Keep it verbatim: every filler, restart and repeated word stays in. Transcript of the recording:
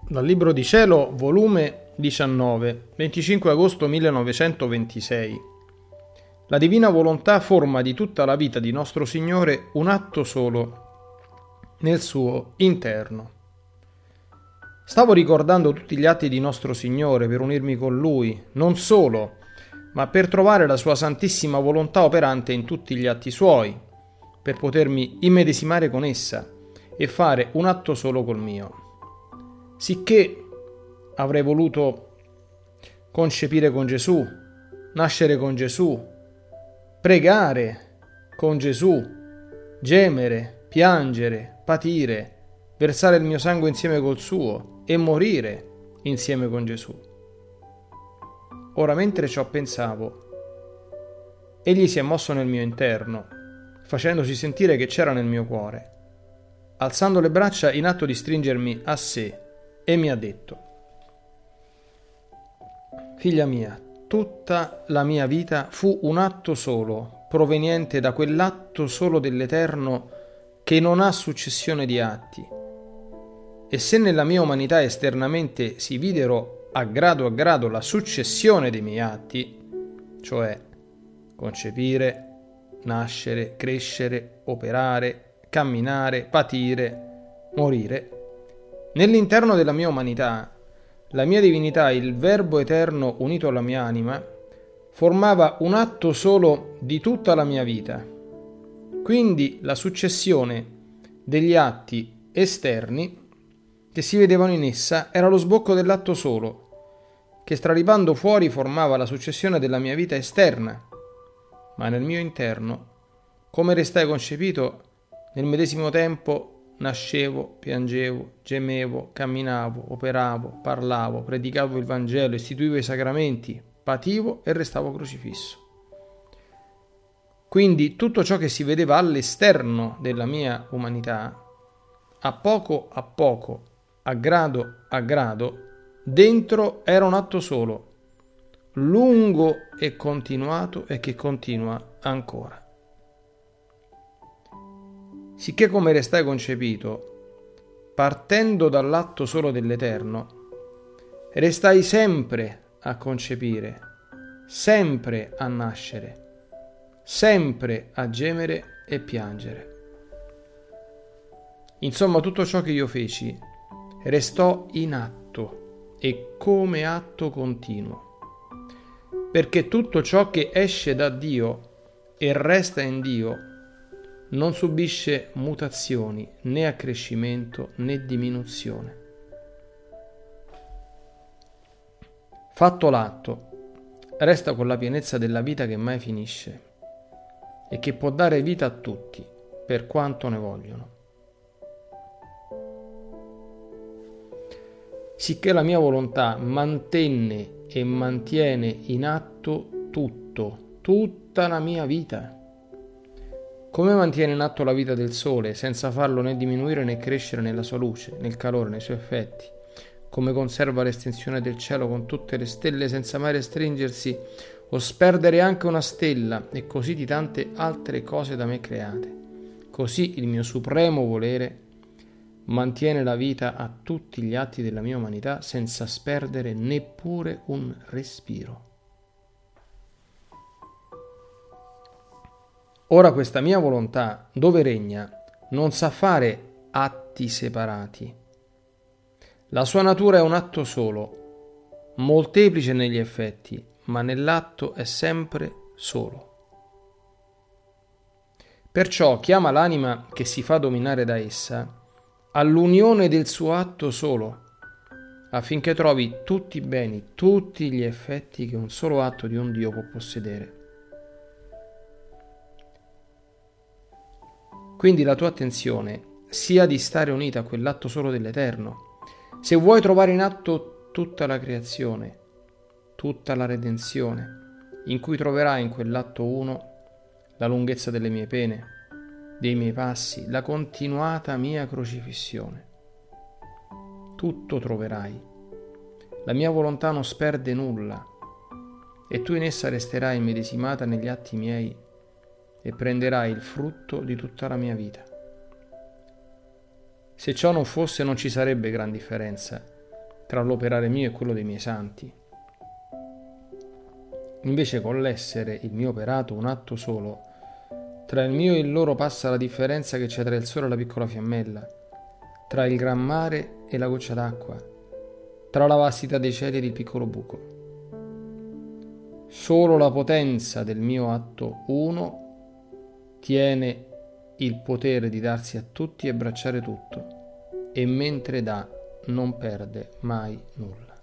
Dal Libro di Cielo, volume diciannove, venticinque agosto millenovecentoventisei. La divina volontà forma di tutta la vita di nostro Signore un atto solo nel suo interno. Stavo ricordando tutti gli atti di nostro Signore per unirmi con Lui, non solo, ma per trovare la sua santissima volontà operante in tutti gli atti Suoi, per potermi immedesimare con essa e fare un atto solo col mio. Sicché avrei voluto concepire con Gesù, nascere con Gesù, pregare con Gesù, gemere, piangere, patire, versare il mio sangue insieme col suo e morire insieme con Gesù. Ora, mentre ciò pensavo, egli si è mosso nel mio interno, facendosi sentire che c'era nel mio cuore, alzando le braccia in atto di stringermi a sé, e mi ha detto: figlia mia, tutta la mia vita fu un atto solo, proveniente da quell'atto solo dell'Eterno che non ha successione di atti. E se nella mia umanità esternamente si videro a grado a grado la successione dei miei atti, cioè concepire, nascere, crescere, operare, camminare, patire, morire, nell'interno della mia umanità, la mia divinità, il Verbo eterno unito alla mia anima, formava un atto solo di tutta la mia vita. Quindi la successione degli atti esterni che si vedevano in essa era lo sbocco dell'atto solo, che straripando fuori formava la successione della mia vita esterna. Ma nel mio interno, come restai concepito, nel medesimo tempo nascevo, piangevo, gemevo, camminavo, operavo, parlavo, predicavo il Vangelo, istituivo i sacramenti, pativo e restavo crocifisso. Quindi tutto ciò che si vedeva all'esterno della mia umanità, a poco a poco, a grado a grado, dentro era un atto solo, lungo e continuato e che continua ancora. Sicché come restai concepito, partendo dall'atto solo dell'Eterno, restai sempre a concepire, sempre a nascere, sempre a gemere e piangere. Insomma, tutto ciò che io feci restò in atto e come atto continuo, perché tutto ciò che esce da Dio e resta in Dio non subisce mutazioni, né accrescimento né diminuzione. Fatto l'atto, resta con la pienezza della vita che mai finisce e che può dare vita a tutti, per quanto ne vogliono. Sicché la mia volontà mantenne e mantiene in atto tutto, tutta la mia vita. Come mantiene in atto la vita del sole, senza farlo né diminuire né crescere nella sua luce, nel calore, nei suoi effetti. Come conserva l'estensione del cielo con tutte le stelle senza mai restringersi o sperdere anche una stella, e così di tante altre cose da me create. Così il mio supremo volere mantiene la vita a tutti gli atti della mia umanità senza sperdere neppure un respiro. Ora questa mia volontà, dove regna, non sa fare atti separati. La sua natura è un atto solo, molteplice negli effetti, ma nell'atto è sempre solo. Perciò chiama l'anima che si fa dominare da essa all'unione del suo atto solo, affinché trovi tutti i beni, tutti gli effetti che un solo atto di un Dio può possedere. Quindi la tua attenzione sia di stare unita a quell'atto solo dell'Eterno. Se vuoi trovare in atto tutta la creazione, tutta la redenzione, in cui troverai in quell'atto uno la lunghezza delle mie pene, dei miei passi, la continuata mia crocifissione. Tutto troverai. La mia volontà non sperde nulla, e tu in essa resterai immedesimata negli atti miei e prenderai il frutto di tutta la mia vita. Se ciò non fosse, non ci sarebbe gran differenza tra l'operare mio e quello dei miei santi. Invece con l'essere il mio operato un atto solo, tra il mio e il loro passa la differenza che c'è tra il sole e la piccola fiammella, tra il gran mare e la goccia d'acqua, tra la vastità dei cieli ed il piccolo buco. Solo la potenza del mio atto uno tiene il potere di darsi a tutti e abbracciare tutto, e mentre dà non perde mai nulla.